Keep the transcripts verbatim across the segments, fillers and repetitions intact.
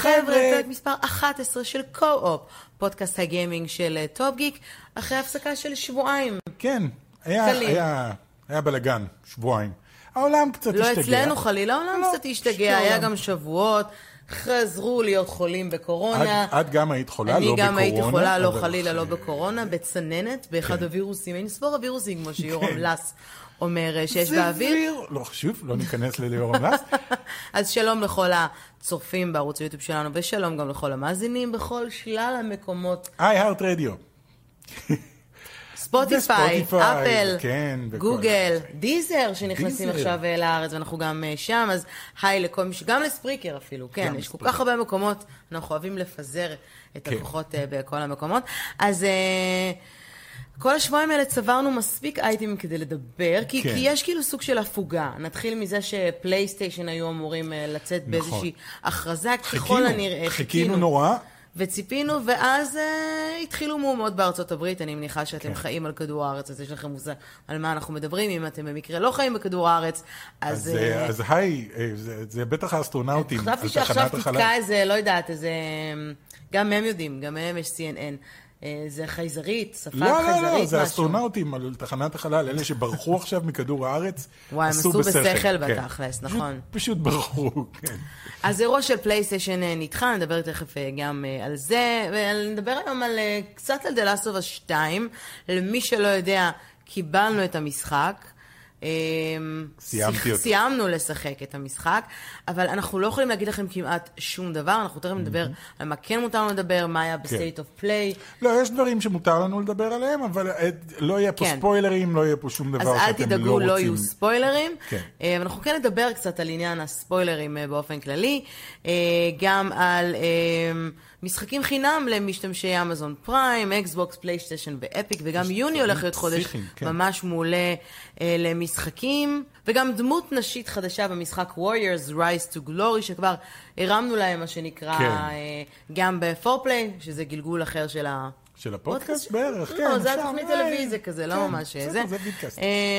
חבר'ה, פרק מספר אחת עשרה של קו-אופ, פודקאסט הגיימינג של טופ גיק, אחרי הפסקה של שבועיים. כן, היה, היה, היה בלגן, שבועיים. העולם קצת לא השתגע. לא אצלנו חלילה, העולם לא, קצת השתגע, היה גם שבועות, חזרו להיות חולים בקורונה. את, את גם היית חולה, לא בקורונה. אני גם הייתי חולה, לא חלילה, לא בקורונה, בצננת, באחד כן. הווירוסים, אין ספור הווירוסים, כמו שיורם כן. לס אומר שיש באוויר. לא חשוב, לא ניכנס לליורם לס. אז שלום לכל הצופים בערוץ היוטיוב שלנו, ושלום גם לכל המאזינים בכל שלל המקומות. איי הארט רדיו. ספוטיפיי, אפל, כן, גוגל, דיזר שנכנסים דיזר. עכשיו לארץ, ואנחנו גם שם, אז היי לכל מי, גם לספריקר אפילו, כן, יש כל כך הרבה מקומות, אנחנו אוהבים לפזר את כן. הכוחות בכל המקומות. אז כל השבועיים האלה צברנו מספיק אייטמים כדי לדבר, כי, כן. כי יש כאילו סוג של הפוגה. נתחיל מזה שפלייסטיישן היו אמורים לצאת נכון. באיזושהי הכרזה, ככל הנראה. חיכינו נורא. וציפינו, ואז uh, התחילו מהומות בארצות הברית. אני מניחה שאתם כן. חיים על כדור הארץ, אז יש לכם מושג על מה אנחנו מדברים. אם אתם במקרה לא חיים בכדור הארץ, אז... אז, uh, אז היי, זה, זה בטח האסטרונאוטים. חשבתי שעכשיו תתקע איזה, לא יודעת, איזה... גם הם יודעים, גם הם יש סי אן אן. זה חייזרית, שפה לא, חייזרית משהו. לא, לא, זה אסטרונאוטים על תחנת החלל, אלה שברחו עכשיו מכדור הארץ, וואי, הם עשו בשכל בתכלס, נכון. פשוט ברחו, כן. אז אירוע של פלייסטיישן נדחה, נדבר תכף גם על זה, ונדבר היום על, קצת על The Last of Us שתיים, למי שלא יודע, קיבלנו את המשחק, סיימתי אותו. סיימנו לשחק את המשחק, אבל אנחנו לא יכולים להגיד לכם כמעט שום דבר, אנחנו תכף נדבר על מה כן מותר לנו לדבר, מה היה ב-State of Play. לא, יש דברים שמותר לנו לדבר עליהם, אבל לא יהיה פה ספוילרים, לא יהיה פה שום דבר שאתם לא רוצים. אז אל תדאגו, לא יהיו ספוילרים. אנחנו כן נדבר קצת על עניין הספוילרים באופן כללי, גם על... משחקים חינם למשתמשי אמזון פריים, אקסבוקס, פלייסטיישן ואפיק, וגם יוני הולך להיות חודש ממש מעולה למשחקים, וגם דמות נשית חדשה במשחק Warriors Rise to Glory, שכבר הרמנו להם מה שנקרא גם בפורפליי, שזה גלגול אחר של ה... של הפודקאסט בערך, כן. לא, זה התוכנית טלוויזיה כזה, לא ממש זה. זה בידקאסט.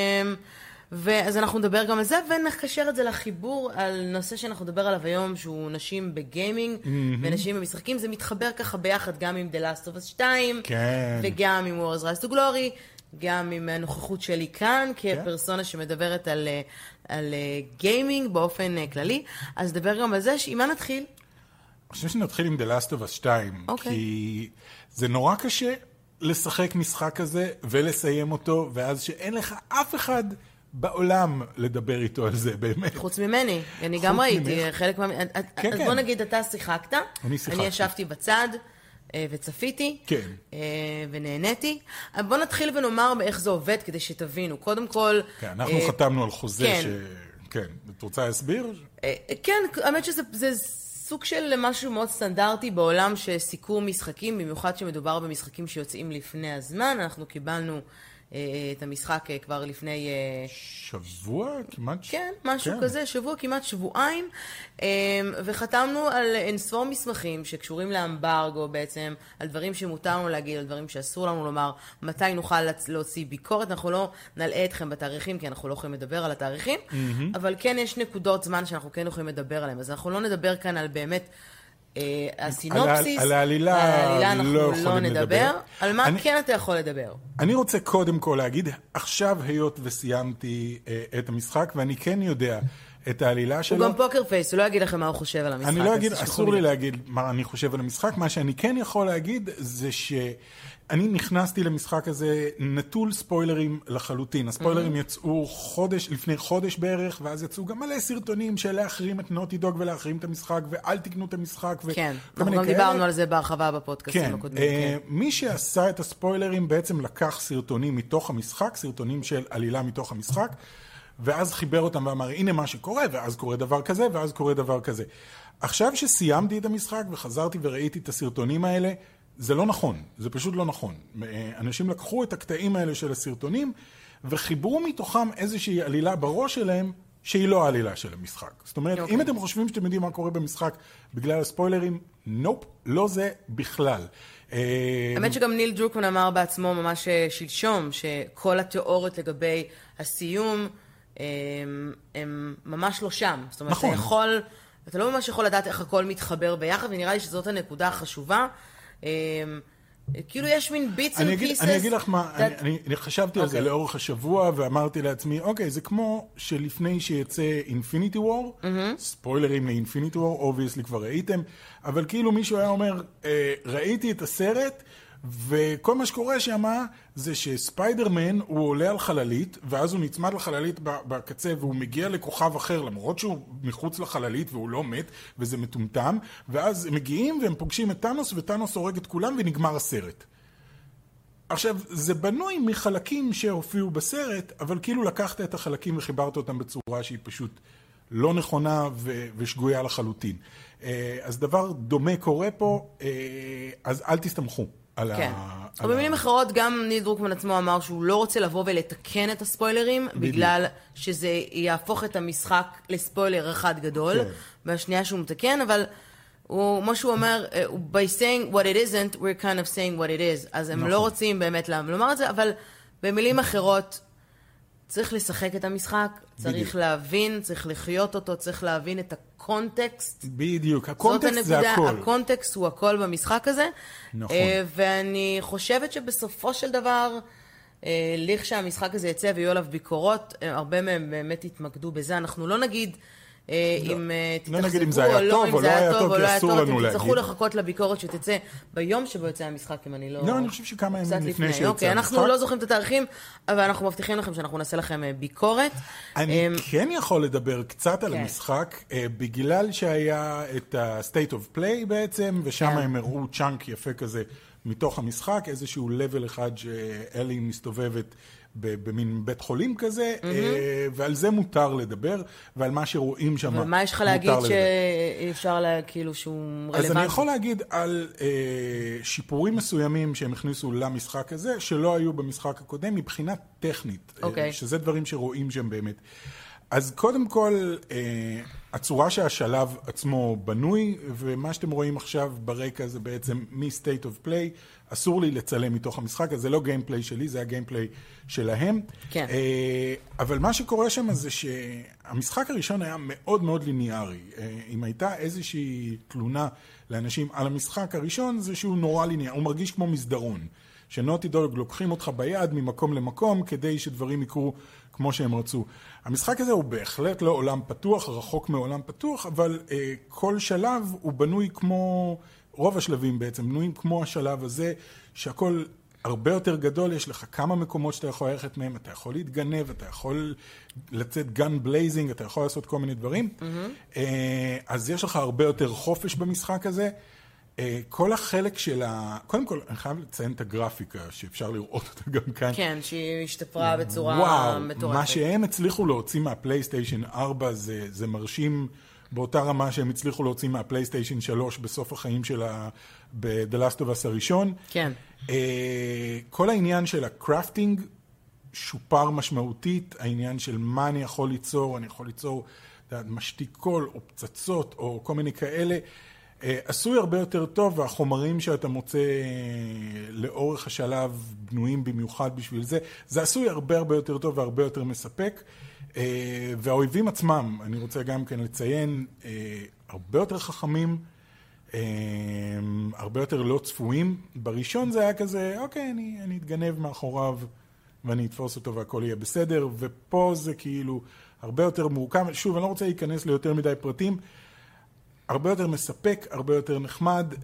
ואז אנחנו נדבר גם על זה, ונקשר את זה לחיבור על נושא שאנחנו נדבר עליו היום, שהוא נשים בגיימינג, mm-hmm. ונשים במשחקים. זה מתחבר ככה ביחד גם עם The Last of Us שתיים, כן. וגם עם Warriors Rise to Glory, גם עם הנוכחות שלי כאן, כפרסונה כן. שמדברת על, על גיימינג באופן כללי. אז נדבר גם על זה, שעם מה נתחיל? אני חושב שנתחיל עם The Last of Us שתיים, okay. כי זה נורא קשה לשחק משחק כזה ולסיים אותו, ואז שאין לך אף אחד... בעולם לדבר איתו על זה, באמת. חוץ ממני, אני גם ראיתי חלק מה... אז בוא נגיד, אתה שיחקת, אני שיחקתי. אני ישבתי בצד וצפיתי, כן. ונהניתי. בוא נתחיל ונאמר באיך זה עובד כדי שתבינו. קודם כל... כן, אנחנו חתמנו על חוזה ש... כן, את רוצה להסביר? כן, האמת שזה סוג של משהו מאוד סטנדרטי בעולם שסיקור משחקים, במיוחד שמדובר במשחקים שיוצאים לפני הזמן. אנחנו קיבלנו... את המשחק כבר לפני... שבוע? כמעט... כן, משהו כן. כזה, שבוע, כמעט שבועיים, וחתמנו על אינספור מסמכים שקשורים לאמברגו בעצם, על דברים שמותר לנו להגיד, על דברים שאסור לנו לומר, מתי נוכל להוציא ביקורת. אנחנו לא נלאה אתכם בתאריכים, כי אנחנו לא יכולים לדבר על התאריכים, mm-hmm. אבל כן יש נקודות זמן שאנחנו כן יכולים לדבר עליהם, אז אנחנו לא נדבר כאן על באמת... הסינופסיס, על העלילה אנחנו לא נדבר. על מה כן אתה יכול לדבר? אני רוצה קודם כל להגיד, עכשיו היות וסיימתי את המשחק, ואני כן יודע את העלילה שלו. הוא גם פוקר פייס, הוא לא יגיד לכם מה הוא חושב על המשחק. אני לא אגיד, אסור לי להגיד מה אני חושב על המשחק. מה שאני כן יכול להגיד זה שאני נכנסתי למשחק הזה נטול ספוילרים לחלוטין. הספוילרים יצאו חודש, לפני חודש בערך, ואז יצאו גם מלא סרטונים של להחרים את נוטי דוג ולהחרים את המשחק, ואל תקנו את המשחק. כן, אנחנו גם דיברנו על זה בהרחבה בפודקאסטים הקודמים. כן, מי שעשה את הספוילרים בעצם לקח סרטונים מתוך המשחק, סרטונים של עלילה מתוך המשחק, ואז חיבר אותם ואמר, הנה מה שקורה, ואז קורה דבר כזה, ואז קורה דבר כזה. עכשיו שסיימתי את המשחק וחזרתי וראיתי את הסרטונים האלה, זה לא נכון, זה פשוט לא נכון. אנשים לקחו את הקטעים האלה של הסרטונים, וחיברו מתוכם איזושהי עלילה בראש שלהם, שהיא לא העלילה של המשחק. זאת אומרת, okay. אם אתם חושבים שאתם יודעים מה קורה במשחק בגלל הספוילרים, נופ, לא זה בכלל. האמת שגם ניל דרוקמן אמר בעצמו ממש שלשום, שכל התיאוריות לגבי הסיום, הם ממש לא שם. זאת אומרת, אתה יכול אתה לא ממש יכול לדעת איך הכל מתחבר ביחד, ונראה לי שזאת הנקודה החשובה. כאילו יש מין ביטס and pieces. אני אגיד לך מה, אני חשבתי על זה לאורך השבוע, ואמרתי לעצמי, אוקיי, זה כמו שלפני שיצא Infinity War, ספוילרים ל-Infinity War, obviously כבר ראיתם, אבל כאילו מישהו היה אומר, ראיתי את הסרט, וכל מה שקורה שמה זה שספיידרמן הוא עולה על חללית, ואז הוא נצמד לחללית בקצה, והוא מגיע לכוכב אחר, למרות שהוא מחוץ לחללית והוא לא מת, וזה מטומטם, ואז הם מגיעים והם פוגשים את טאנוס, וטאנוס הורג את כולם ונגמר הסרט. עכשיו, זה בנוי מחלקים שהופיעו בסרט, אבל כאילו לקחת את החלקים וחיברת אותם בצורה שהיא פשוט לא נכונה ו- ושגויה לחלוטין. אז דבר דומה קורה פה, אז אל תסתמכו. כן. או במילים אחרות, גם ניל דרוקמן עצמו אמר שהוא לא רוצה לבוא ולתקן את הספוילרים, בגלל שזה יהפוך את המשחק לספוילר אחד גדול, והשנייה שהוא מתקן, אבל מה שהוא אומר, by saying what it isn't, we're kind of saying what it is. אז הם לא רוצים באמת לומר את זה, אבל במילים אחרות, צריך לשחק את המשחק, צריך להבין, צריך לחיות אותו, צריך להבין את הקונטקסט. בדיוק, הקונטקסט זה הכל. הקונטקסט הוא הכל במשחק הזה. נכון. ואני חושבת שבסופו של דבר, לכשהמשחק הזה יצא ויהיו עליו ביקורות, הרבה מהם באמת התמקדו בזה. אנחנו לא נגיד אם תתחזקו או לא, אם זה היה טוב או לא היה טוב, אתם תצטרכו לחכות לביקורת שתצא ביום שבו יוצא המשחק, אם אני לא... לא, אני חושב שכמה ימים לפני שיוצא המשחק. אנחנו לא זוכרים את התאריכים, אבל אנחנו מבטיחים לכם שאנחנו נעשה לכם ביקורת. אני כן יכול לדבר קצת על המשחק, בגלל שהיה את ה-State of Play בעצם, ושם הם הראו צ'אנק יפה כזה מתוך המשחק, איזשהו level אחד שאלי מסתובבת במין בית חולים כזה, ועל זה מותר לדבר, ועל מה שרואים שם מותר לדבר. ומה יש לך להגיד שאפשר לה, כאילו שהוא רלוונטי? אז אני יכול להגיד על שיפורים מסוימים שהם הכניסו למשחק הזה, שלא היו במשחק הקודם, מבחינה טכנית, שזה דברים שרואים שם באמת. אז קודם כל, הצורה שהשלב עצמו בנוי, ומה שאתם רואים עכשיו ברקע זה בעצם מ-State of Play, אסור לי לצלם מתוך המשחק, אז זה לא גיימפליי שלי, זה הגיימפליי שלהם. כן. אבל מה שקורה שם זה שהמשחק הראשון היה מאוד מאוד ליניארי. אם הייתה איזושהי תלונה לאנשים על המשחק הראשון, זה שהוא נורא ליניארי, הוא מרגיש כמו מסדרון. שנוטי דוג לוקחים אותך ביד ממקום למקום כדי שדברים יקרו כמו שהם רצו. המשחק הזה הוא בהחלט לא עולם פתוח, רחוק מעולם פתוח, אבל אה, כל שלב הוא בנוי כמו, רוב השלבים בעצם, בנויים כמו השלב הזה, שהכל הרבה יותר גדול, יש לך כמה מקומות שאתה יכול ללכת מהם, אתה יכול להתגנב, אתה יכול לצאת גן בלייזינג, אתה יכול לעשות כל מיני דברים. Mm-hmm. אה, אז יש לך הרבה יותר חופש במשחק הזה. כל החלק של ה... קודם כל, אני חייב לציין את הגרפיקה, שאפשר לראות אותה גם כאן. כן, שהיא השתפרה בצורה מטורפת. וואו, מה שהם הצליחו להוציא מהפלייסטיישן ארבע, זה, זה מרשים באותה רמה שהם הצליחו להוציא מהפלייסטיישן שלוש בסוף החיים שלה, ב-The Last of Us הראשון. כן. כל העניין של הקראפטינג שופר משמעותית, העניין של מה אני יכול ליצור, אני יכול ליצור משתיקול או פצצות או כל מיני כאלה, עשוי הרבה יותר טוב, והחומרים שאתה מוצא לאורך השלב בנויים במיוחד בשביל זה, זה עשוי הרבה הרבה יותר טוב והרבה יותר מספק, והאויבים עצמם, אני רוצה גם כן לציין, הרבה יותר חכמים, הרבה יותר לא צפויים. בראשון זה היה כזה, אוקיי, אני, אני אתגנב מאחוריו ואני אתפוס אותו והכל יהיה בסדר, ופה זה כאילו הרבה יותר מורכב. שוב, אני לא רוצה להיכנס ליותר מדי פרטים, הרבה יותר מספק, הרבה יותר נחמד,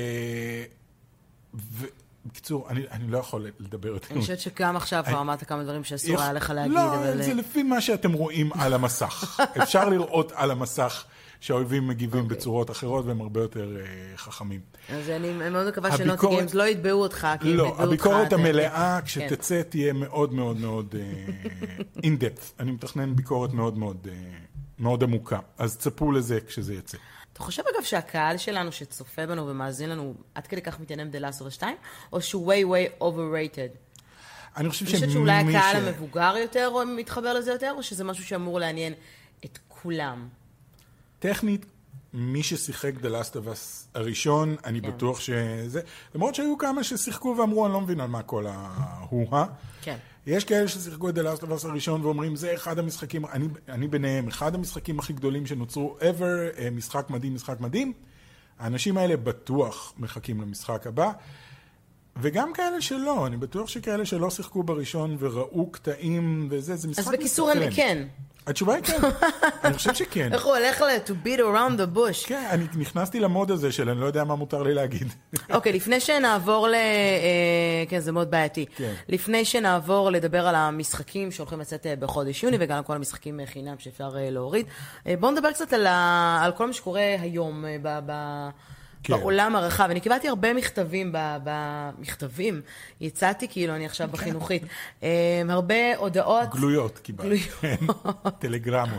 ובקיצור, אני, אני לא יכול לדבר יותר. אני חושבת שגם עכשיו כבר אמרת כמה דברים שאסור היה לך להגיד. לא, אבל... זה לפי מה שאתם רואים על המסך. אפשר לראות על המסך שהאויבים מגיבים בצורות אחרות, והם הרבה יותר חכמים. אז אני מאוד מקווה שנוטי גיימס לא יתבעו אותך, כי הם יתבעו אותך. לא, הביקורת המלאה, כשתצא, תהיה מאוד מאוד מאוד in-depth. אני מתכנן ביקורת מאוד מאוד מאוד עמוקה. אז צפו לזה כשזה יצא. אתה חושב אגב שהקהל שלנו שצופה בנו ומאזין לנו עד כדי כך מתעניין ב-The Last of Us שתיים, או שהוא way way overrated? אני חושב שמי... שאולי הקהל ש... המבוגר יותר או מתחבר לזה יותר, או שזה משהו שאמור לעניין את כולם? טכנית, מי ששיחק The Last of Us הראשון, אני כן. בטוח שזה, למרות שהיו כמה ששיחקו ואמרו, אני לא מבין על מה כל ההוא, כן. יש כאלה ששיחקו את The Last of Us הראשון ואומרים, זה אחד המשחקים, אני, אני ביניהם, אחד המשחקים הכי גדולים שנוצרו ever, משחק מדהים, משחק מדהים. האנשים האלה בטוח מחכים למשחק הבא, וגם כאלה שלא, אני בטוח שכאלה שלא שיחקו בראשון וראו קטעים וזה, זה משחק מסתכן. אז בקיצור, אני כן. התשובה היא כן, אני חושב שכן. איך הוא הולך ל- to beat around the bush. כן, אני נכנסתי למוד הזה של אני לא יודע מה מותר לי להגיד. אוקיי, לפני שנעבור ל... כן, זה מאוד בעייתי. לפני שנעבור לדבר על המשחקים שהולכים לצאת בחודש יוני, וגם על כל המשחקים חינם שאפשר להוריד, בואו נדבר קצת על כל מה שקורה היום ב... בעולם הרחב. אני קיבלתי הרבה מכתבים, במכתבים, יצאתי כאילו, אני עכשיו בחינוכית, הרבה הודעות... גלויות קיבלתי. גלויות. טלגרמות.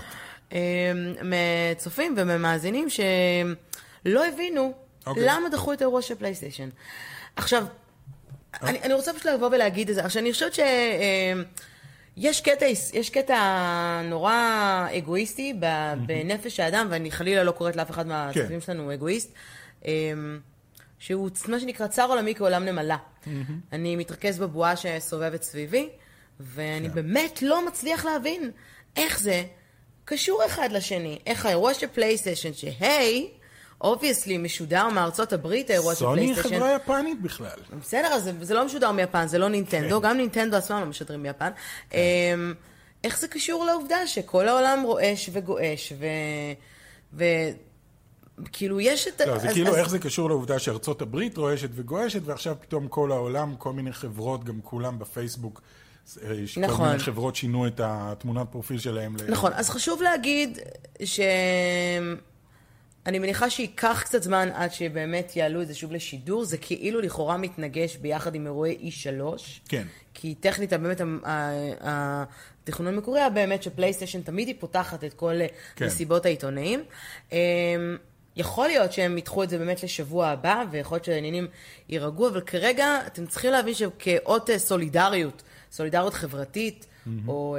מצופים וממאזינים שלא הבינו למה דחו את האירוע של פלייסטיישן. עכשיו, אני רוצה פשוט לבוא ולהגיד את זה. עכשיו, אני חושבת ש... יש קטע, יש קטע נורא אגואיסטי בנפש האדם, ואני חלילה לא קוראת לאף אחד מהצופים שלנו אגואיסט, שהוא מה שנקרא צר עולמי כעולם נמלה. אני מתרכז בבועה שסובבת סביבי, ואני באמת לא מצליח להבין איך זה קשור אחד לשני. איך האירוע של פלייסטיישן, שהי, אובייסלי משודר מארצות הברית, האירוע של פלייסטיישן. סוני חברה יפנית בכלל. בסדר, אז זה לא משודר מיפן, זה לא נינטנדו, גם נינטנדו עצמם לא משדרים מיפן. איך זה קשור לעובדה שכל העולם רועש וגועש, ו... כאילו יש את... לא, זה כאילו איך זה קשור לעובדה שארצות הברית רועשת וגועשת, ועכשיו פתאום כל העולם, כל מיני חברות, גם כולם בפייסבוק, כל מיני חברות שינו את התמונת פרופיל שלהם. נכון, אז חשוב להגיד ש... אני מניחה שייקח קצת זמן עד שבאמת יעלו את זה שוב לשידור, זה כאילו לכאורה מתנגש ביחד עם אירועי אי שלוש. כן. כי טכנית באמת התכנון המקורי היה באמת שפלייסטיישן תמיד היא פותחת את כל מסיבות העיתונאים. יכול להיות שהם ידחו את זה באמת לשבוע הבא, ויכול להיות שהעניינים יירגעו, אבל כרגע אתם צריכים להבין שכאות סולידריות, סולידריות חברתית, או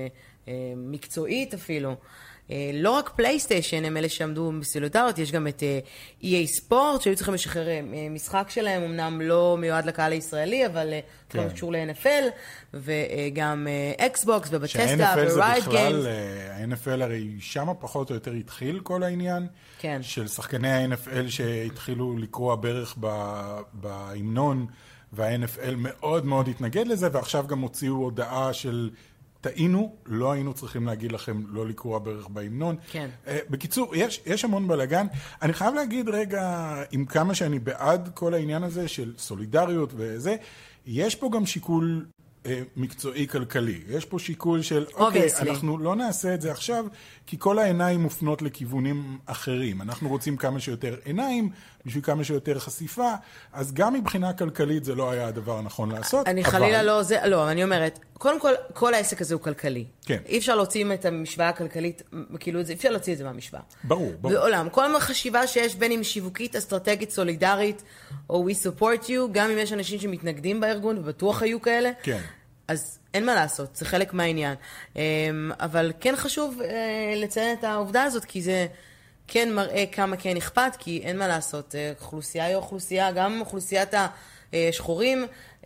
מקצועית אפילו, לא רק פלייסטיישן הם אלה שעמדו בסולידריות, יש גם את אי איי ספורט, שהיו צריכים לשחרר משחק שלהם, אמנם לא מיועד לקהל הישראלי, אבל גם קשור ל-אן אף אל, וגם אקסבוקס ובטסטה ורייד גיימס. ה-אן אף אל הרי שמה פחות או יותר התחיל כל העניין, של שחקני ה-אן אף אל שהתחילו לקרוא ברך בהמנון, וה-אן אף אל מאוד מאוד התנגד לזה, ועכשיו גם הוציאו הודעה של... טעינו, לא היינו צריכים להגיד לכם לא לקרוא ברך בהמנון. כן. Uh, בקיצור, יש, יש המון בלגן. אני חייב להגיד רגע, עם כמה שאני בעד כל העניין הזה של סולידריות וזה, יש פה גם שיקול uh, מקצועי כלכלי. יש פה שיקול של, אוקיי, okay, אנחנו לא נעשה את זה עכשיו, כי כל העיניים מופנות לכיוונים אחרים. אנחנו רוצים כמה שיותר עיניים, בשביל כמה שיותר חשיפה, אז גם מבחינה כלכלית זה לא היה הדבר הנכון לעשות. אני אבל... חלילה לא, זה, לא, אני אומרת, קודם כל, כל העסק הזה הוא כלכלי. כן. אי אפשר להוציא את המשוואה הכלכלית, כאילו, אי אפשר להוציא את זה מהמשוואה. ברור, ברור. בעולם, כל חשיבה שיש בין אם שיווקית, אסטרטגית, סולידרית, או we support you, גם אם יש אנשים שמתנגדים בארגון, ובטוח היו כאלה, כן. אז אין מה לעשות, זה חלק מהעניין. אבל כן חשוב לציין את העובדה הזאת, כי זה כן מראה כמה כן אכפת, כי אין מה לעשות. אוכלוסייה היא אוכלוסייה, גם אוכלוסיית השחורים,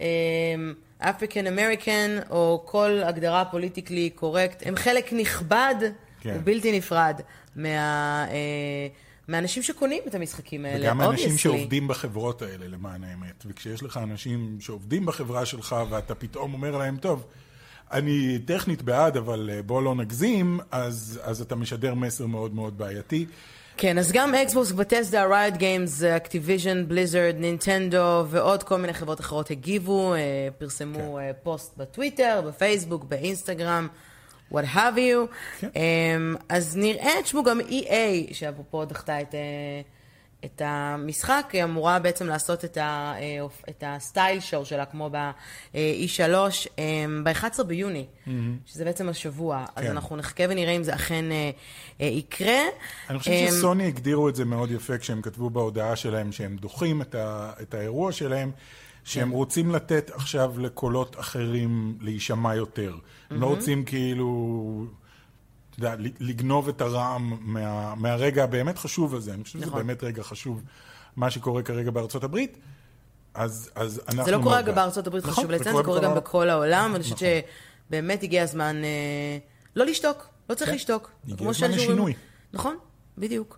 אפריקן אמריקן, או כל הגדרה פוליטיקלי קורקט, הם חלק נכבד ובלתי נפרד מה... מאנשים שקונים את המשחקים האלה, וגם אנשים שעובדים בחברות האלה, למען האמת. וכשיש לך אנשים שעובדים בחברה שלך, ואתה פתאום אומר להם, טוב, אני טכנית בעד, אבל בוא לא נגזים, אז, אז אתה משדר מסר מאוד מאוד בעייתי. כן, אז גם אקסבוקס, בטסטה, רייט גיימס, אקטיביז'ן, בליזרד, נינטנדו, ועוד כל מיני חברות אחרות הגיבו, פרסמו כן. פוסט בטוויטר, בפייסבוק, באינסטגרם, what have you. כן. אז נראה, תשמו גם אי איי, שאפרופו דחתה את, את המשחק, היא אמורה בעצם לעשות את, ה, את הסטייל שואו שלה, כמו ב-אי שלוש, ב-אחד עשר ביוני, mm-hmm. שזה בעצם השבוע. כן. אז אנחנו נחכה ונראה אם זה אכן יקרה. אני חושב שסוני הגדירו את זה מאוד יפה, כשהם כתבו בהודעה שלהם, שהם דוחים את, ה, את האירוע שלהם, שהם רוצים לתת עכשיו לקולות אחרים להישמע יותר. הם לא רוצים כאילו יודע, לגנוב את הרעם מה, מהרגע הבאמת חשוב הזה. אני חושב שזה באמת רגע חשוב, מה שקורה כרגע בארצות הברית. אז, אז אנחנו... זה לא קורה גם בארצות הברית, חשוב לציין, זה קורה גם בכל העולם. אני חושבת שבאמת הגיע הזמן לא לשתוק, לא צריך לשתוק. הגיע הזמן לשינוי. נכון, בדיוק.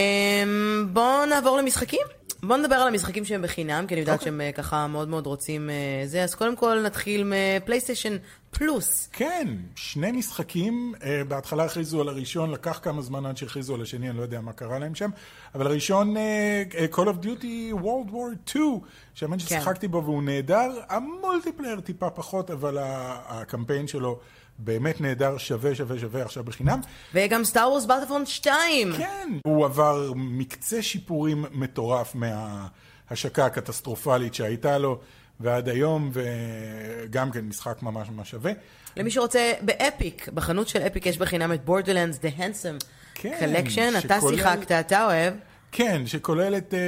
בואו נעבור למשחקים. בואו נדבר על המשחקים שהם בחינם, כי אני יודעת שהם ככה מאוד מאוד רוצים זה. אז קודם כל נתחיל מפלייסטיישן פלוס. כן, שני משחקים. בהתחלה הכריזו על הראשון, לקח כמה זמן עד שהכריזו על השני, אני לא יודע מה קרה להם שם. אבל הראשון, Call of Duty World War טו, שהאמת ששחקתי בו והוא נהדר. המולטיפלייר טיפה פחות, אבל הקמפיין שלו באמת נהדר, שווה, שווה, שווה עכשיו בחינם. וגם סטאר וורס באטלפרונט שתיים. כן, הוא עבר מקצה שיפורים מטורף מההשקה הקטסטרופלית שהייתה לו, ועד היום, וגם כן משחק ממש ממש שווה. למי שרוצה, באפיק, בחנות של אפיק יש בחינם את Borderlands The Handsome כן, Collection. אתה שיחקת, אתה אוהב. כן, שכולל את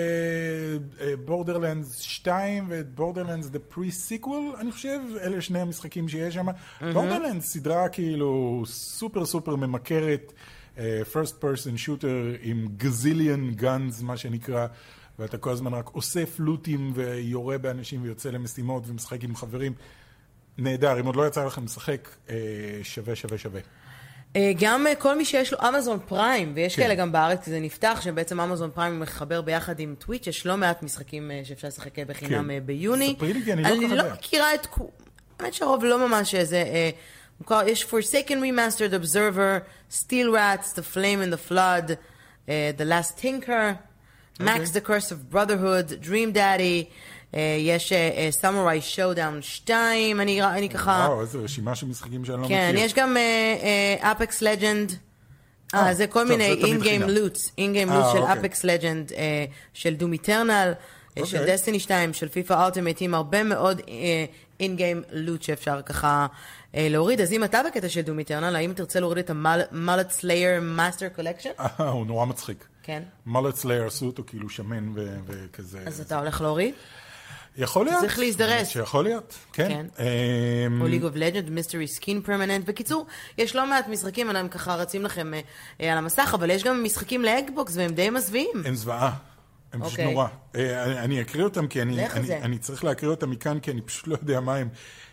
Borderlands שתיים ואת Borderlands The Pre-Sequel, אני חושב, אלה שני המשחקים שיש שם. Borderlands סדרה כאילו סופר סופר ממכרת, First Person Shooter עם גזיליאן גאנז, מה שנקרא, ואתה כל הזמן רק אוסף לוטים ויורה באנשים ויוצא למשימות ומשחק עם חברים. נהדר, אם עוד לא יצא לכם לשחק, שווה שווה שווה. גם כל מי שיש לו אמזון פריים, ויש כאלה גם בארץ, כי זה נפתח, שבעצם אמזון פריים מחבר ביחד עם טוויץ', יש לא מעט משחקים שאפשר לשחק בחינם ביוני. ספרי לי, כי אני לא אני לא מכירה את... האמת שהרוב לא ממש איזה... יש Forsaken Remastered Observer, Steel Rats, The Flame and the Flood, The Last Tinker, Max the Curse of Brotherhood, Dream Daddy, יש סמוראי שואודאון שתיים, אני ככה... וואו, איזו רשימה של משחקים שאני לא מכיר. כן, יש גם אפקס לג'נד, זה כל מיני אין-גיים לוטס, אין-גיים לוטס של אפקס לג'נד, של דום איטרנל, של דסטיני שתיים, של פיפה אולטימייט, עם הרבה מאוד אין-גיים לוט שאפשר ככה להוריד. אז אם אתה בקטע של דום איטרנל, האם תרצה להוריד את ה-Mullet Slayer Master Collection? אה, הוא נורא מצחיק. כן. Mullet Slayer עשו אותו כאילו שמן וכזה. אז אתה הולך להוריד? יכול להיות. צריך להזדרס. שיכול להיות, כן. או League of Legends, Mystery Skin Permanent. בקיצור, יש לא מעט משחקים, הם ככה רצים לכם על המסך, אבל יש גם משחקים לאקבוקס, והם די מזוויעים. הם זוועה. הם פשוט נורא. אני אקריא אותם, כי אני צריך להקריא אותם מכאן, כי אני פשוט לא יודע מה הם.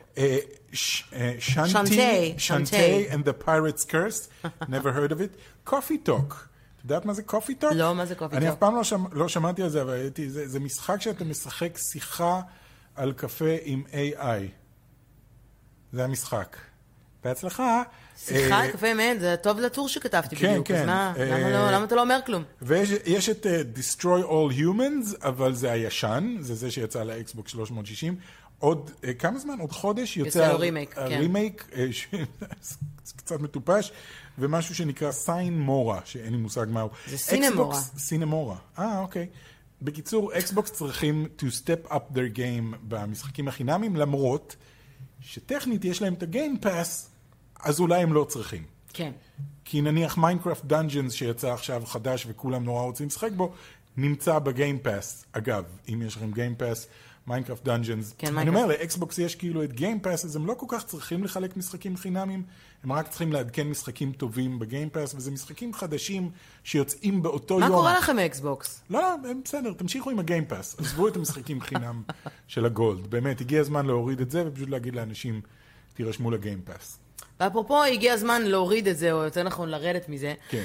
Shantae, Shantae and the Pirate's Curse. Never heard of it. Coffee Talk. את יודעת מה זה קופי טוק? לא, מה זה קופי טוק? אני אף פעם לא, שמע, לא שמעתי על זה, אבל הייתי, זה, זה משחק שאתה משחק שיחה על קפה עם איי איי. זה המשחק. בהצלחה. שיחה על קפה עם איי איי, זה טוב לטור שכתבתי כן, בדיוק. כן. אז מה, למה, לא, למה אתה לא אומר כלום? ויש את uh, Destroy All Humans, אבל זה הישן, זה זה שיצא לאקסבוקס שלוש מאות שישים. עוד uh, כמה זמן? עוד חודש יוצא הרימייק. הרימייק, כן. קצת מטופש. ומשהו שנקרא סיין מורה, שאין לי מושג מהו. זה סינמורה. סינמורה. אה, אוקיי. בקיצור, אקסבוקס צריכים to step up their game במשחקים החינמים, למרות שטכנית יש להם את הגיים פאס, אז אולי הם לא צריכים. כן. כי נניח מיינקראפט דאנג'נס שיצא עכשיו חדש וכולם נורא רוצים לשחק בו, נמצא בגיים פאס. אגב, אם יש לכם גיים פאס, מיינקראפט דאנג'נס. כן, אני אומר, לאקסבוקס יש כאילו את גיים פאס, אז הם לא כל כך צריכים לחלק משחקים חינמים, הם רק צריכים לעדכן משחקים טובים בגיים פאס, וזה משחקים חדשים שיוצאים באותו מה יום. מה קורה לכם אקסבוקס? לא, לא, בסדר, תמשיכו עם הגיים פאס, עזבו את המשחקים חינם של הגולד. באמת, הגיע הזמן להוריד את זה, ופשוט להגיד לאנשים, תירשמו לגיים פאס. ואפרופו, הגיע הזמן להוריד את זה, או יותר נכון, לרדת מזה. כן.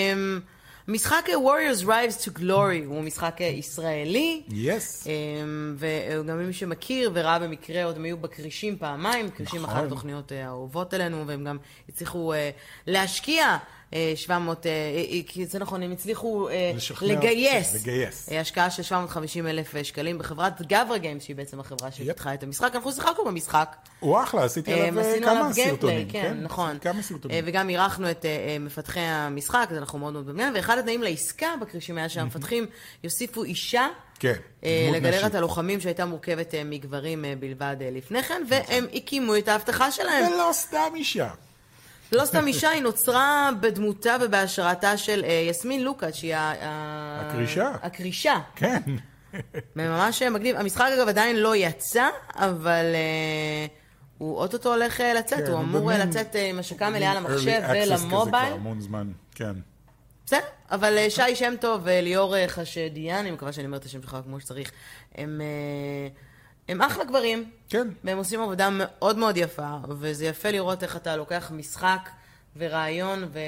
משחק Warriors Rise to Glory הוא משחק ישראלי. Yes. וגם מי שמכיר וראה במקרה, עוד הם היו בקרישים פעמיים, קרישים אחת התוכניות האהובות אלינו, והם גם הצליחו להשקיע שבע מאות, כי זה נכון, הם הצליחו לגייס, לגייס. השקעה של שבע מאות וחמישים אלף שקלים בחברת גברה גיימס, שהיא בעצם החברה שפתחה את המשחק. אנחנו שיחקנו במשחק. הוא אחלה, עשיתי עליו כמה סרטונים. כן, נכון. כמה סרטונים. וגם אירחנו את מפתחי המשחק, אז אנחנו מאוד מאוד בבניין, ואחד התנאים לעסקה בקרישים היה שהמפתחים יוסיפו אישה לגלרת הלוחמים שהייתה מורכבת מגברים בלבד לפני כן, והם הקימו את ההבטחה שלהם. ולא סתם אישה. לא סתם אישה, היא נוצרה בדמותה ובהשראתה של יסמין לוקאץ', שהיא הקרישה. הקרישה. כן. ממש מגניב. המשחק אגב עדיין לא יצא, אבל הוא אוטוטו הולך לצאת, הוא אמור לצאת עם השקה מלאה למחשב ולמובייל. המון זמן, כן. בסדר, אבל שי שם טוב וליאור חשדיאן, אני מקווה שאני אומרת את השם שלך כמו שצריך, הם, הם אחלה גברים, כן. והם עושים עבודה מאוד מאוד יפה, וזה יפה לראות איך אתה לוקח משחק ורעיון ו...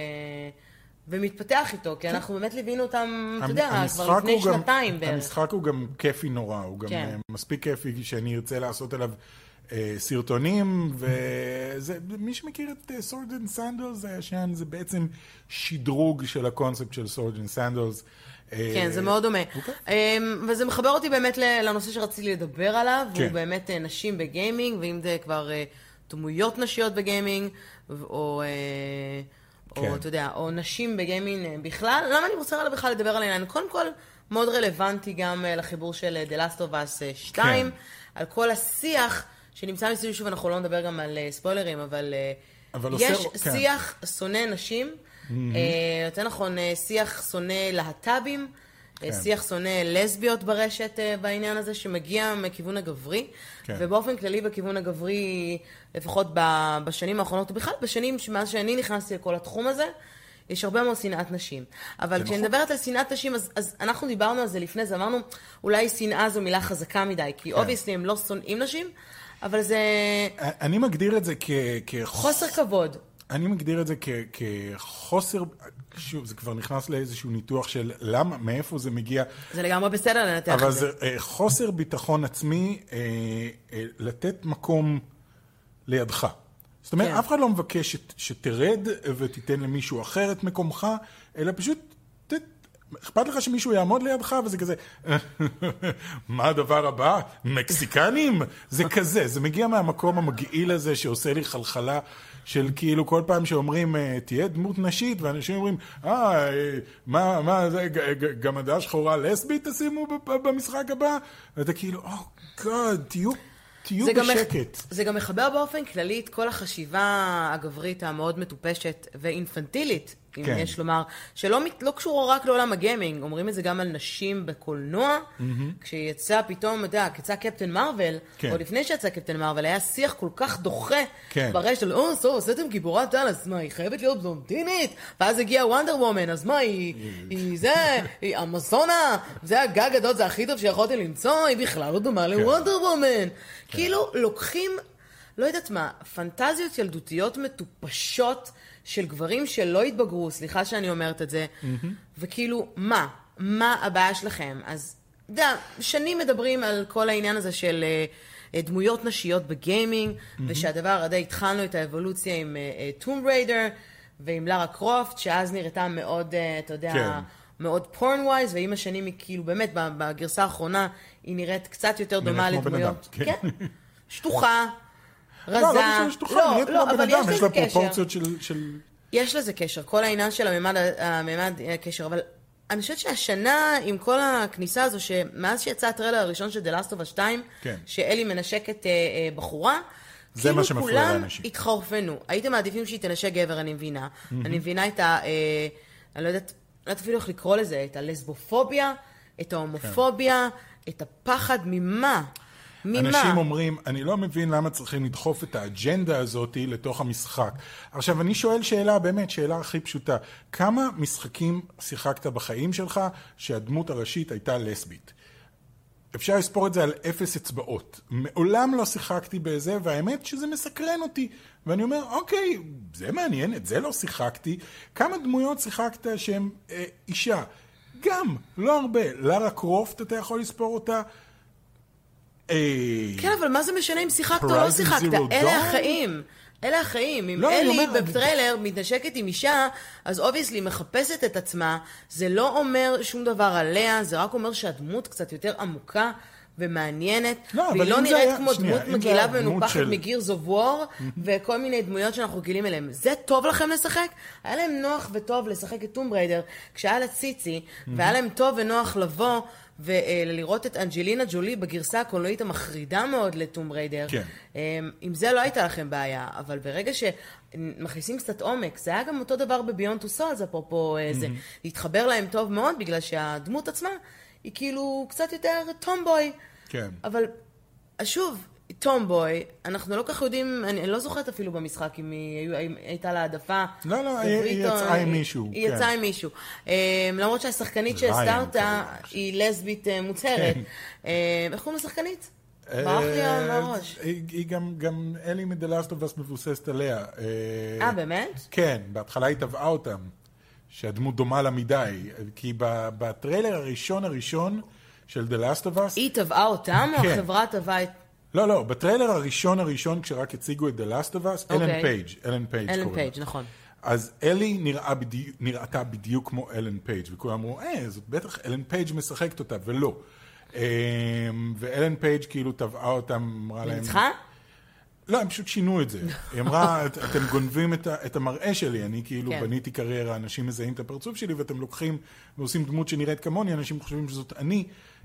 ומתפתח איתו, כי אנחנו באמת ליווינו אותם, אתה יודע, כבר לפני שנתיים בערך. המשחק הוא גם כיפי נורא, הוא גם מספיק כיפי שאני ארצה לעשות עליו סרטונים, ומי שמכיר את Swords and Sandals הישן, זה בעצם שדרוג של הקונספט של Swords and Sandals. כן, זה מאוד דומה. וזה מחבר אותי באמת לנושא שרציתי לדבר עליו, והוא באמת נשים בגיימינג, ואם זה כבר דמויות נשיות בגיימינג, או... או, אתה יודע, או נשים בגיימינג בכלל. למה אני רוצה בכלל לדבר על העניין? קודם כל, מאוד רלוונטי גם לחיבור של The Last of Us שתיים, על כל השיח שנמצא מסביב, שוב, אנחנו לא נדבר גם על ספוילרים, אבל יש שיח שונא נשים, יותר נכון, שיח שונא להט"בים, שיח שונא לסביות ברשת בעניין הזה, שמגיע מכיוון הגברי, ובאופן כללי בכיוון הגברי, לפחות בשנים האחרונות, ובכלל בשנים מאז שאני נכנסתי לכל התחום הזה, יש הרבה מאוד שנאת נשים. אבל כשאני מדברת על שנאת נשים, אז, אז אנחנו דיברנו על זה לפני זה, אמרנו, אולי שנאה זו מילה חזקה מדי, כי obviously הם לא שונאים נשים, אבל זה... אני מגדיר את זה כ... חוסר כבוד. אני מגדיר את זה כ- כחוסר, שוב, זה כבר נכנס לאיזשהו ניתוח של למה, מאיפה זה מגיע. זה לגמרי בסדר לנתח את זה. אבל זה חוסר ביטחון עצמי, לתת מקום לידך. זאת אומרת, אף אחד לא מבקש שתרד ותיתן למישהו אחר את מקומך, אלא פשוט, אכפת לך שמישהו יעמוד לידך, וזה כזה, מה הדבר הבא? מקסיקנים? זה כזה, זה מגיע מהמקום המגעיל הזה שעושה לי חלחלה, של כאילו כל פעם שאומרים, תהיה דמות נשית, ואנשים אומרים, אה, מה, מה, זה, גמדה שחורה לסבית תשימו במשחק הבא? ואתה כאילו, או, גאד, תהיו, תהיו בשקט. זה גם מחבר באופן כללי את כל החשיבה הגברית המאוד מטופשת ואינפנטילית, אם כן. יש לומר, שלא לא קשור רק לעולם הגיימינג, אומרים את זה גם על נשים בקולנוע, mm-hmm. כשיצא פתאום, אתה יודע, כשיצא קפטן מרוול, כן. או לפני שיצא קפטן מרוול, היה שיח כל כך דוחה כן. ברשת, או, סוף, עשיתם גיבורת על, אז מה, היא חייבת להיות בלונדינית? ואז הגיעה וונדר וומן, אז מה, היא, היא זה, היא אמזונה, זה הגג גדול, זה הכי טוב שיכולתי למצוא, היא בכלל לא דומה כן. לוונדר וומן. כן. כאילו, לוקחים, לא יודעת מה, פנטזיות ילדותיות מטופשות, של גברים שלא התבגרו, סליחה שאני אומרת את זה, mm-hmm. וכאילו, מה? מה הבעיה שלכם? אז, יודע, שנים מדברים על כל העניין הזה של uh, דמויות נשיות בגיימינג, mm-hmm. ושהדבר עדי התחלנו את האבולוציה עם טום uh, ריידר, ועם לרה קרופט, שאז נראתה מאוד, uh, אתה יודע, כן. מאוד פורן-ווייז, ועם השנים היא כאילו, באמת, בגרסה האחרונה, היא נראית קצת יותר דומה לדמויות. כן. כן. שטוחה. רזה. לא, לא בשביל שטוחה, לא, נראית לא, כמו בן אדם, יש לה פרופורציות של, של... יש לזה קשר, כל העניין של הממד, הממד קשר, אבל אני חושבת שהשנה, עם כל הכניסה הזו, שמאז שיצא הטריילר הראשון של The Last of Us שתיים, כן. שאלי מנשקת אה, אה, בחורה, זה מה שמפריע לאנשים. כולם התחרפנו. הייתם מעדיפים שהיא תנשק גבר, אני מבינה. Mm-hmm. אני מבינה את ה... אה, אני לא יודעת, לא יודעת אפילו איך לקרוא לזה, את הלסבופוביה, את ההומופוביה, כן. את הפחד ממה. ממה? אנשים אומרים, אני לא מבין למה צריכים לדחוף את האג'נדה הזאת לתוך המשחק. עכשיו, אני שואל שאלה, באמת, שאלה הכי פשוטה. כמה משחקים שיחקת בחיים שלך שהדמות הראשית הייתה לסבית? אפשר לספור את זה על אפס אצבעות. מעולם לא שיחקתי בזה, והאמת שזה מסקרן אותי. ואני אומר, אוקיי, זה מעניין, את זה לא שיחקתי. כמה דמויות שיחקת שהן אה, אישה? גם, לא הרבה. לרה קרופט, אתה יכול לספור אותה? כן, אבל מה זה משנה אם שיחקת או לא שיחקת? אלה החיים. אלה החיים. אם אלי בטריילר מתנשקת עם אישה, אז אובייסלי מחפשת את עצמה, זה לא אומר שום דבר עליה, זה רק אומר שהדמות קצת יותר עמוקה ומעניינת, והיא לא נראית כמו דמות מגעילה ומנופחת מגירס אוף וור, וכל מיני דמויות שאנחנו גילים אליהם. זה טוב לכם לשחק? היה להם נוח וטוב לשחק את טום ריידר, כשהיה לה ציצי, והיה להם טוב ונוח לבוא, ולראות את אנג'לינה ג'ולי בגרסה הקולנועית המחרידה מאוד לטום ריידר. כן. עם זה לא הייתה לכם בעיה, אבל ברגע שמכניסים קצת עומק, זה היה גם אותו דבר בביונד טו סולס, אפרופו זה, להתחבר להם טוב מאוד, בגלל שהדמות עצמה היא כאילו קצת יותר טומבוי. כן. אבל שוב, טומבוי, אנחנו לא כך יודעים, אני לא זוכרת אפילו במשחק אם היא הייתה לה העדפה. לא, לא, היא יצאה עם מישהו. היא יצאה עם מישהו. למרות שהשחקנית שהזכרת היא לסבית מוצהרת. איך קוראים לשחקנית? ברח לי מהראש. היא גם, אלי מ-The Last of Us מבוססת עליה. אה, באמת? כן, בהתחלה היא טבעה אותם, שהדמות דומה לה מדי, כי בטריילר הראשון הראשון של The Last of Us... היא טבעה אותם, או החברה טבעה את... לא, לא, בטריילר הראשון הראשון, כשרק הציגו את The Last of Us, אלן פייג', אלן פייג' אלן פייג', נכון. אז אלי נראה בדיוק, נראתה בדיוק כמו אלן פייג', וכולם אמרו, אה, זאת בטח אלן פייג' משחקת אותה, ולא. ואלן פייג' כאילו טבעה אותם, אמרה להם... ניצחה? לא, הם פשוט שינו את זה. היא אמרה, אתם גונבים את המראה שלי, אני כאילו בניתי קריירה, אנשים מזהים את הפרצוף שלי, ואתם לוקחים ועושים דמות שנראית כמוני, אנשים חושבים שזאת אני,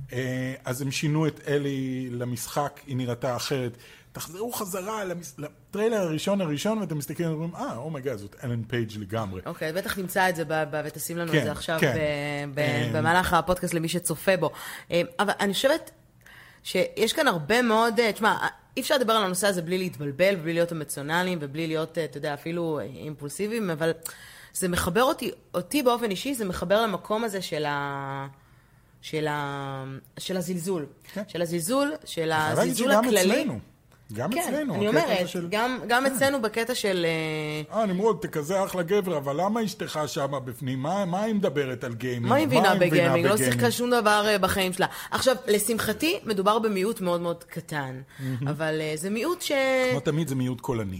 אז הם שינו את אלי למשחק, היא נראתה אחרת. תחזרו חזרה לטריילר הראשון הראשון, ואתם מסתכלים ואומרים, אה, אומייגאד, זאת אלן פייג' לגמרי. אוקיי, בטח נמצא את זה ותשים לנו את זה עכשיו במהלך הפודקאסט למי שצופה בו. אבל אני חושבת שיש כאן הרבה מאוד, תשמע, אי אפשר לדבר על הנושא הזה בלי להתבלבל, בלי להיות אמוציונליים, ובלי להיות, אתה יודע, אפילו אימפולסיביים, אבל זה מחבר אותי, אותי באופן אישי, זה מחבר למקום הזה של ה... של ה... של הזלזול. כן. של הזלזול, של הזלזול הכללי. אצלנו. גם כן, אצלנו. אני אומרת, של... גם, גם כן. אצלנו בקטע של... אה, נמרוד, תכזה אחלה גבר, אבל למה אשתך שמה בפנים? מה, מה היא מדברת על גיימינג? מה היא מבינה בגיימינג? לא שיחקה שום דבר בחיים שלה. עכשיו, לשמחתי, מדובר במיעוט מאוד מאוד קטן, אבל זה מיעוט ש... כמו תמיד זה מיעוט קולני.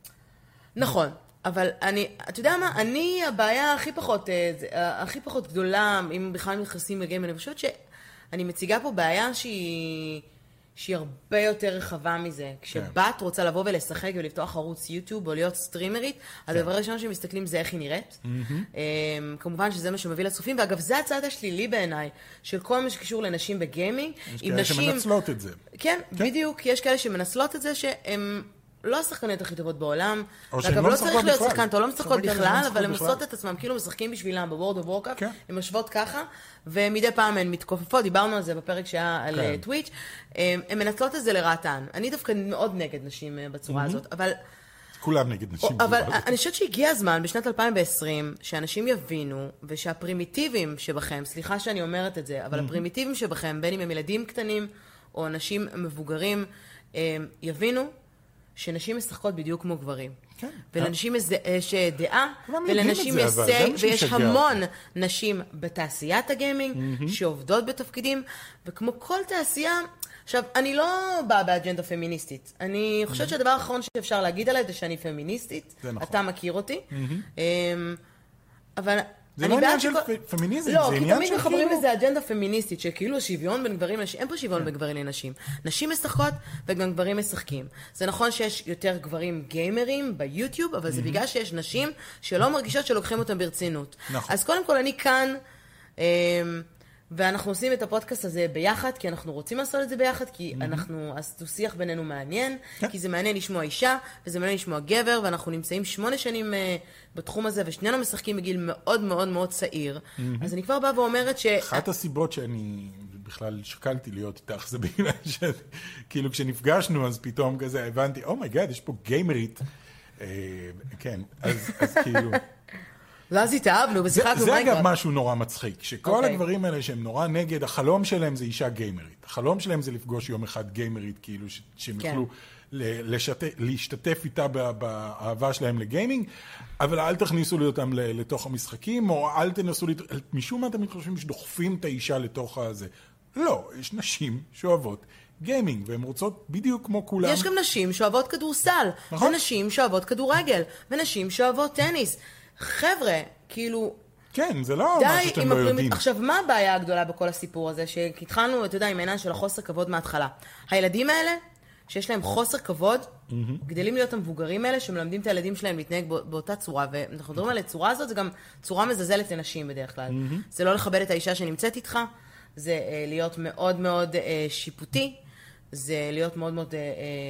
נכון. אבל אני, אתה יודע מה, אני הבעיה הכי פחות, הכי פחות גדולה, אם בכלל מתייחסים לגיימינג, אני חושבת שאני מציגה פה בעיה שהיא... שהיא הרבה יותר רחבה מזה. כשבת רוצה לבוא ולשחק ולפתוח ערוץ יוטיוב או להיות סטרימרית, הדבר הראשון שמסתכלים זה איך היא נראית. כמובן שזה מה שמביא לצופים, ואגב זה הצד השלילי בעיניי, של כל מה שקשור לנשים בגיימינג. יש כאלה שמנצלות את זה. כן, בדיוק, יש כאלה שמנצלות את זה שהן לא השחקניות הכי טובות בעולם. או שהן לא משחקות בכלל. שחקן, או לא משחקות בכלל, אבל הן עושות את עצמם, כאילו משחקים בשבילם בוורד אוף וורקראפט, הן יושבות ככה, ומדי פעם הן מתכופפות, דיברנו על זה בפרק שהיה על טוויץ', הן מנצלות את זה לרעתן. אני דווקא מאוד נגד נשים בצורה הזאת, אבל... כולם נגד נשים. אבל אני חושבת שהגיע הזמן, בשנת אלפיים ועשרים, שאנשים יבינו, ושהפרימיטיבים שבכם, סליחה שאני אומרת את זה, אבל הפרימיטיבים שבכם, בין אם הם ילדים קטנים, או אנשים מבוגרים, יבינו שנשים משחקות בדיוק כמו גברים. כן. ולנשים יש דעה, ולנשים יש סי, ויש המון נשים בתעשיית הגיימינג, שעובדות בתפקידים, וכמו כל תעשייה, עכשיו, אני לא באה באג'נדה פמיניסטית. אני חושבת שהדבר האחרון שאפשר להגיד עליי זה שאני פמיניסטית. אתה מכיר אותי. אבל... זה לא עניין של פמיניזם, זה עניין של כאילו... לא, כי תמיד מחברים לזה אג'נדה פמיניסטית, שכאילו שוויון בין גברים לנשים, אין פה שוויון בין גברים לנשים. נשים משחקות וגם גברים משחקים. זה נכון שיש יותר גברים גיימרים ביוטיוב, אבל זה בגלל שיש נשים שלא מרגישות שלוקחים אותם ברצינות. אז קודם כל אני כאן, ואנחנו עושים את הפודקאסט הזה ביחד, כי אנחנו רוצים לעשות את זה ביחד, כי אנחנו, השיח בינינו מעניין, כי זה מעניין לשמוע אישה, וזה מעניין לשמוע גבר, ואנחנו נמצאים שמונה שנים בתחום הזה, ושנינו משחקים בגיל מאוד מאוד מאוד צעיר. אז אני כבר באה ואומרת ש... אחת הסיבות שאני בכלל שקלתי להיות איתך, זה בגלל שכאילו כשנפגשנו, אז פתאום כזה הבנתי, אומייגאד, יש פה גיימרית. כן, אז כאילו... ואז התאהבנו ושיחקנו. זה אגב משהו נורא מצחיק, שכל הגברים האלה שהם נורא נגד, החלום שלהם זה אישה גיימרית. החלום שלהם זה לפגוש יום אחד גיימרית, כאילו שהם יוכלו להשתתף איתה באהבה שלהם לגיימינג, אבל אל תכניסו לי אותם לתוך המשחקים, או אל תנסו, משום מה אתם חושבים שדוחפים את האישה לתוך הזה. לא, יש נשים שאוהבות גיימינג, והן רוצות בדיוק כמו כולם. יש גם נשים שאוהבות כדורסל, ונשים שאוהבות כדורגל, ונשים שאוהבות טניס. חבר'ה, כאילו... כן, זה לא מה שאתם לא יודעים. עכשיו, מה הבעיה הגדולה בכל הסיפור הזה? שהתחלנו, אתה יודע, עם העניין של החוסר כבוד מההתחלה. הילדים האלה, שיש להם חוסר כבוד, גדלים להיות המבוגרים האלה, שמלמדים את הילדים שלהם להתנהג באותה צורה, ואנחנו מדברים על הצורה הזאת, זה גם צורה מזלזלת לנשים בדרך כלל. זה לא לכבד את האישה שנמצאת איתך, זה להיות מאוד מאוד שיפוטי, זה להיות מאוד מאוד...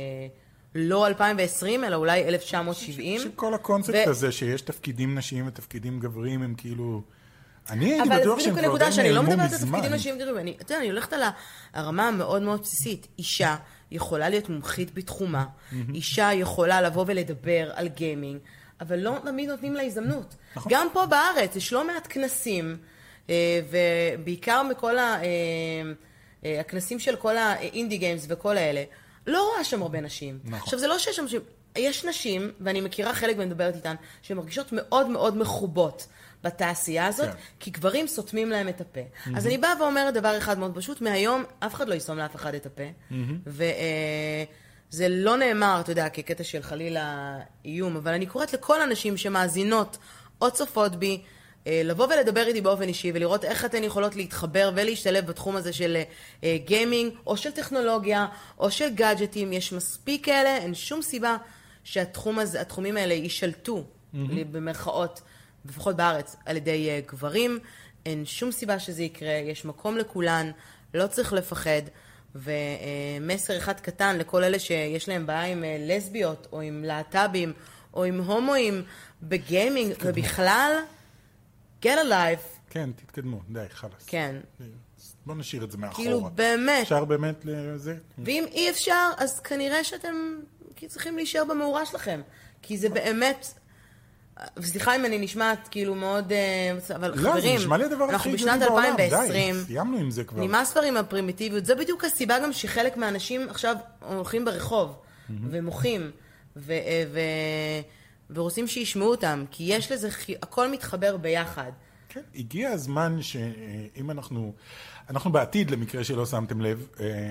לא אלפיים ועשרים, אלא אולי אלף תשע מאות שבעים. שכל הקונספט הזה שיש תפקידים נשיים ותפקידים גברים הם כאילו... אני הייתי בטוח שהם כבר די נעלמו מזמן. אני לא מדברת על תפקידים נשיים וגברים. אתה יודע, אני הולכת על הרמה המאוד מאוד בסיסית. אישה יכולה להיות מומחית בתחומה, אישה יכולה לבוא ולדבר על גיימינג, אבל לא תמיד נותנים לה הזדמנות. נכון. גם פה בארץ יש לא מעט כנסים, ובעיקר מכל ה... הכנסים של כל האינדי גיימס וכל האלה, לא רואה שם הרבה נשים. נכון. עכשיו, זה לא שיש שם נשים, יש נשים, ואני מכירה חלק ומדברת איתן, שהן מרגישות מאוד מאוד מחובות בתעשייה הזאת, כן. כי גברים סותמים להם את הפה. Mm-hmm. אז אני באה ואומרת דבר אחד מאוד פשוט, מהיום אף אחד לא יסתום לאף אחד את הפה, mm-hmm. וזה לא נאמר, אתה יודע, כקטע של חלילה איום, אבל אני קוראת לכל הנשים שמאזינות או צופות בי, לבוא ולדבר איתי באופן אישי ולראות איך אתן יכולות להתחבר ולהשתלב בתחום הזה של גיימינג או של טכנולוגיה או של גאדג'טים. יש מספיק כאלה, אין שום סיבה שהתחום הזה, התחומים האלה יישלטו mm-hmm. במרכאות, לפחות בארץ, על ידי גברים. אין שום סיבה שזה יקרה, יש מקום לכולן, לא צריך לפחד. ומסר אחד קטן לכל אלה שיש להם בעיה עם לסביות או עם להט"בים או עם הומואים בגיימינג ובכלל, get a life. כן, תתקדמו, די, חלס. כן. בוא נשאיר את זה מאחורה. כאילו, באמת. אפשר באמת לזה? ואם אי אפשר, אז כנראה שאתם צריכים להישאר במאורה שלכם. כי זה באמת, וסליחה אם אני נשמעת כאילו מאוד, אבל לא, חברים, זה נשמע לי הדבר אנחנו הכי בשנת בעולם. אלפיים ועשרים. די, סיימנו עם זה כבר. נמאס כבר עם הפרימיטיביות. זה בדיוק הסיבה גם שחלק מהאנשים עכשיו הולכים ברחוב, mm-hmm. ומוחים, ו... ו... ורוצים שישמעו אותם, כי יש לזה, הכל מתחבר ביחד. כן, הגיע הזמן שאם אנחנו, אנחנו בעתיד, למקרה שלא שמתם לב,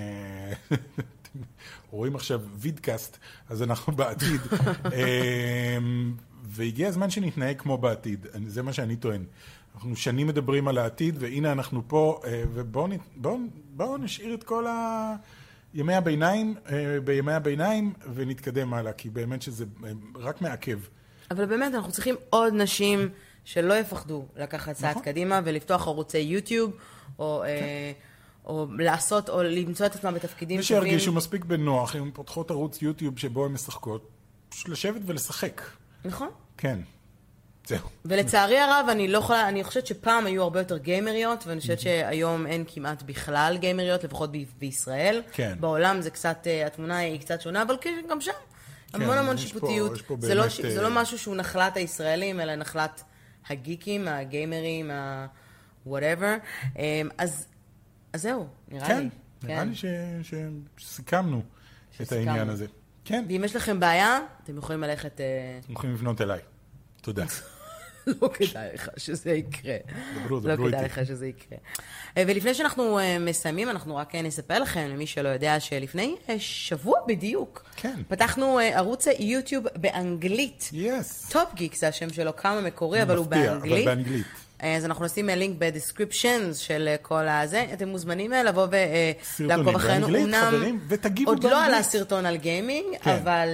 רואים עכשיו וידקאסט, אז אנחנו בעתיד, והגיע הזמן שנתנהג כמו בעתיד, זה מה שאני טוען. אנחנו שנים מדברים על העתיד, והנה אנחנו פה, ובואו בוא, בוא נשאיר את כל ה... ימי הביניים, בימי הביניים, ונתקדם הלאה, כי באמת שזה רק מעכב. אבל באמת אנחנו צריכים עוד נשים שלא יפחדו לקחת צעד קדימה, ולפתוח ערוצי יוטיוב, או, או לעשות, או למצוא את עצמם בתפקידים טובים. ושירגישו מספיק בנוח, אם פותחות ערוץ יוטיוב שבו הן משחקות, פשוט לשבת ולשחק. נכון. כן. זהו. ולצערי הרב, אני לא יכולה, אני חושבת שפעם היו הרבה יותר גיימריות, ואני חושבת שהיום אין כמעט בכלל גיימריות, לפחות ב- בישראל. כן. בעולם זה קצת, התמונה היא קצת שונה, אבל גם שם. המון המון שיפוטיות. זה לא, זה לא משהו שהוא נחלת הישראלים, אלא נחלת הגיקים, הגיימרים, ה-whatever. אז, אז זהו, נראה כן, לי. נראה לי ש, שסיכמנו את העניין הזה. כן. ואם יש לכם בעיה, אתם יכולים ללכת... אתם יכולים לפנות אליי. תודה. לא כדאי לך שזה יקרה. דברו, דברו איתי. לא כדאי לך שזה יקרה. ולפני שאנחנו מסיימים, אנחנו רק נספר לכם, למי שלא יודע, שלפני שבוע בדיוק, כן. פתחנו ערוץ יוטיוב באנגלית. Yes. טופ גיק, זה השם שלו, כמה מקורי, אבל הוא באנגלית. אבל באנגלית. אז אנחנו נשים לינק בדסקריפשנס של כל הזה. אתם מוזמנים לבוא ולעקוב אחרינו. אמנם עוד לא עלה סרטון על גיימינג, אבל...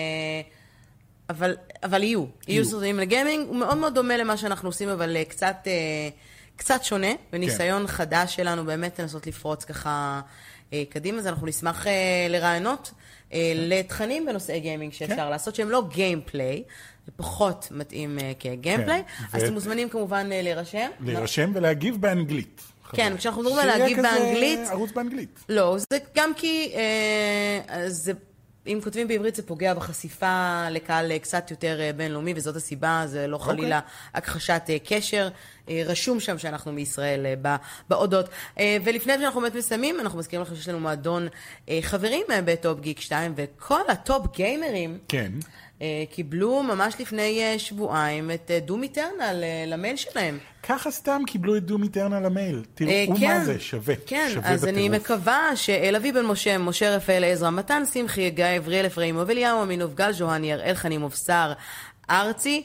אבל, אבל יהיו, יהיו סרטונים לגיימינג, הוא מאוד מאוד דומה למה שאנחנו עושים, אבל קצת, קצת שונה, וניסיון חדש שלנו באמת לנסות לפרוץ ככה קדימה, אז אנחנו נשמח לרעיונות, לתכנים בנושאי גיימינג שאפשר לעשות, שהם לא גיימפליי, זה פחות מתאים כגיימפליי, אז אתם מוזמנים כמובן להירשם. להירשם ולהגיב באנגלית. כן, כשאנחנו מדברים על להגיב באנגלית... שיהיה כזה ערוץ באנגלית. לא, זה גם כי זה... אם כותבים בעברית זה פוגע בחשיפה לקהל קצת יותר בינלאומי, וזאת הסיבה, זה לא חלילה הכחשת קשר, רשום שם שאנחנו מישראל בעודות. ולפני שאנחנו באמת מסיימים, אנחנו מזכירים לכם שיש לנו מועדון חברים בטופ גיק שתיים, וכל הטופ גיימרים כן. קיבלו ממש לפני שבועיים את דום איטרנל למייל שלהם. ככה סתם קיבלו את דום איטרנל למייל. תראו כן, מה זה, שווה. כן, שווה אז בטירוף. אני מקווה שאלווי בן משה, משה רפאל עזרא, מתן שמחי, גיא אבריאל אפרים, אבליהו אמינוב, גל ז'והני, הראל חנימוב, שר ארצי,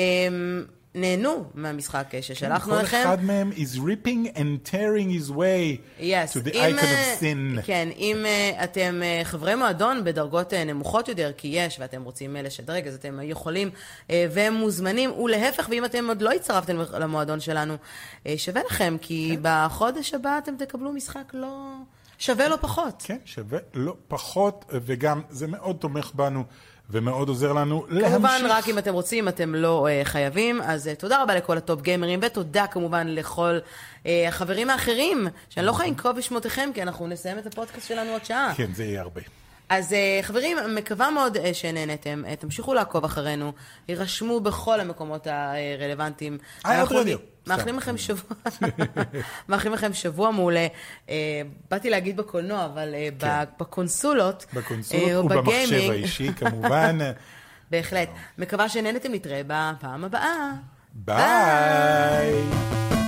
נהנו מהמשחק ששלחנו כל לכם. כל אחד מהם is ripping and tearing his way yes. to the אם, icon of sin. כן, אם uh, אתם uh, חברי מועדון בדרגות uh, נמוכות יותר, כי יש, ואתם רוצים uh, לשדרג, אז אתם יכולים uh, והם מוזמנים, ולהפך, ואם אתם עוד לא הצטרפתם למועדון שלנו, uh, שווה לכם, כי כן. בחודש הבא אתם תקבלו משחק לא... שווה לא פחות. כן, שווה לא פחות, וגם זה מאוד תומך בנו, ומאוד עוזר לנו להמשיך. כמובן, רק אם אתם רוצים, אתם לא uh, חייבים. אז uh, תודה רבה לכל הטופ גיימרים, ותודה כמובן לכל uh, החברים האחרים, שאני לא יכולה לנקוב בשמותיכם, כי אנחנו נסיים את הפודקאסט שלנו עוד שעה. כן, זה יהיה הרבה. אז חברים, מקווה מאוד שנהנתם, תמשיכו לעקוב אחרינו, יירשמו בכל המקומות הרלוונטיים. מאחלים לכם שבוע, מאחלים לכם שבוע מעולה. באתי להגיד בקולנוע, אבל בקונסולות, בקונסולות ובמחשב האישי כמובן. בהחלט. מקווה שנהנתם, נתראה בפעם הבאה. ביי.